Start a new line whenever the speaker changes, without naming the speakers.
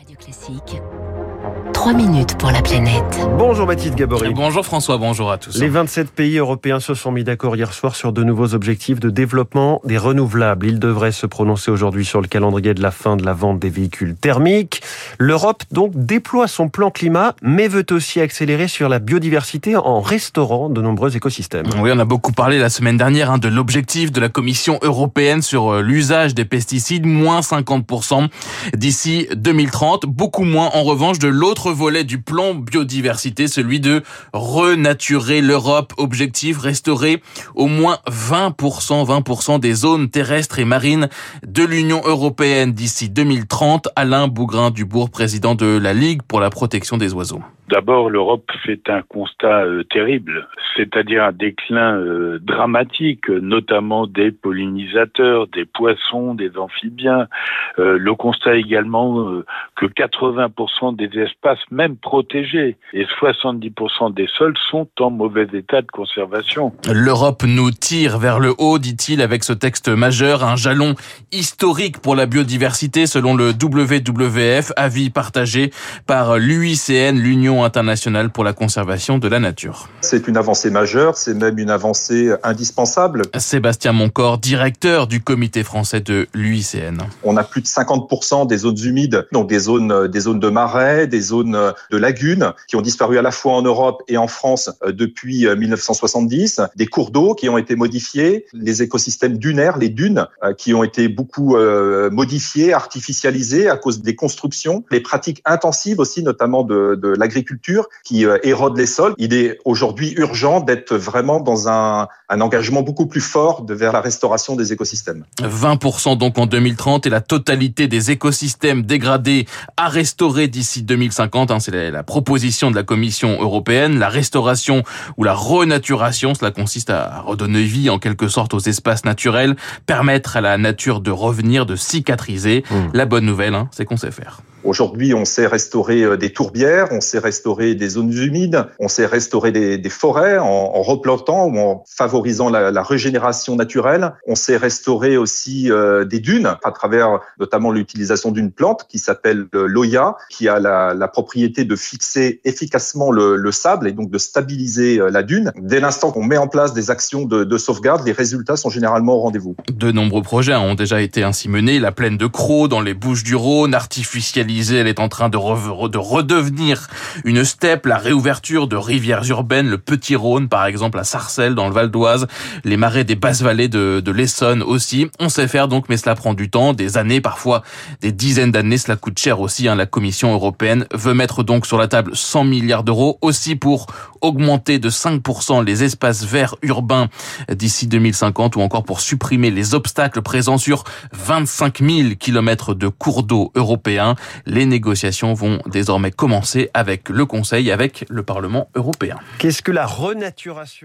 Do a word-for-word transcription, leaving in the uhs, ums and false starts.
Radio Classique, trois minutes pour la planète.
Bonjour Baptiste Gabory.
Bonjour François, bonjour à tous.
Les vingt-sept pays européens se sont mis d'accord hier soir sur de nouveaux objectifs de développement des renouvelables. Ils devraient se prononcer aujourd'hui sur le calendrier de la fin de la vente des véhicules thermiques. L'Europe donc déploie son plan climat, mais veut aussi accélérer sur la biodiversité en restaurant de nombreux écosystèmes.
Oui, on a beaucoup parlé la semaine dernière hein, de l'objectif de la Commission européenne sur l'usage des pesticides, moins cinquante pour cent d'ici deux mille trente. Beaucoup moins en revanche de l'autre volet du plan biodiversité, celui de renaturer l'Europe. Objectif, restaurer au moins vingt pour cent, vingt pour cent des zones terrestres et marines de l'Union européenne d'ici deux mille trente. Alain Bougrain-Dubourg, président de la Ligue pour la protection des oiseaux.
D'abord, l'Europe fait un constat euh, terrible, c'est-à-dire un déclin euh, dramatique, notamment des pollinisateurs, des poissons, des amphibiens. Euh, le constat également euh, que quatre-vingts pour cent des espaces, même protégés, et soixante-dix pour cent des sols sont en mauvais état de conservation.
L'Europe nous tire vers le haut, dit-il, avec ce texte majeur, un jalon historique pour la biodiversité, selon le W W F, avis partagé par l'U I C N, l'Union internationale pour la conservation de la nature.
C'est une avancée majeure, c'est même une avancée indispensable.
Sébastien Moncor, directeur du comité français de l'U I C N.
On a plus de cinquante pour cent des zones humides, donc des zones, des zones de marais, des zones de lagunes, qui ont disparu à la fois en Europe et en France depuis mille neuf cent soixante-dix, des cours d'eau qui ont été modifiés, les écosystèmes dunaires, les dunes, qui ont été beaucoup modifiés, artificialisés à cause des constructions, les pratiques intensives aussi, notamment de, de l'agriculture, qui érode les sols. Il est aujourd'hui urgent d'être vraiment dans un, un engagement beaucoup plus fort de, vers la restauration des écosystèmes.
vingt pour cent donc en deux mille trente et la totalité des écosystèmes dégradés à restaurer d'ici deux mille cinquante. Hein, c'est la, la proposition de la Commission européenne. La restauration ou la renaturation, cela consiste à redonner vie en quelque sorte aux espaces naturels, permettre à la nature de revenir, de cicatriser. Mmh. La bonne nouvelle, hein, c'est qu'on sait faire.
Aujourd'hui, on sait restaurer des tourbières, on sait restaurer des zones humides, on sait restaurer des, des forêts en, en replantant ou en favorisant la, la régénération naturelle. On sait restaurer aussi euh, des dunes à travers notamment l'utilisation d'une plante qui s'appelle l'Oya, qui a la, la propriété de fixer efficacement le, le sable et donc de stabiliser la dune. Dès l'instant qu'on met en place des actions de, de sauvegarde, les résultats sont généralement au rendez-vous.
De nombreux projets ont déjà été ainsi menés. La plaine de Crau dans les Bouches-du-Rhône, artificialisée, elle est en train de, re- de redevenir une steppe. La réouverture de rivières urbaines, le Petit Rhône par exemple à Sarcelles dans le Val d'Oise, les marais des basses vallées de, de l'Essonne aussi. On sait faire donc, mais cela prend du temps, des années, parfois des dizaines d'années. Cela coûte cher aussi. Hein. La Commission européenne veut mettre donc sur la table cent milliards d'euros aussi pour augmenter de cinq pour cent les espaces verts urbains d'ici deux mille cinquante ou encore pour supprimer les obstacles présents sur vingt-cinq mille kilomètres de cours d'eau européens. Les négociations vont désormais commencer avec le Conseil, avec le Parlement européen.
Qu'est-ce que la renaturation ?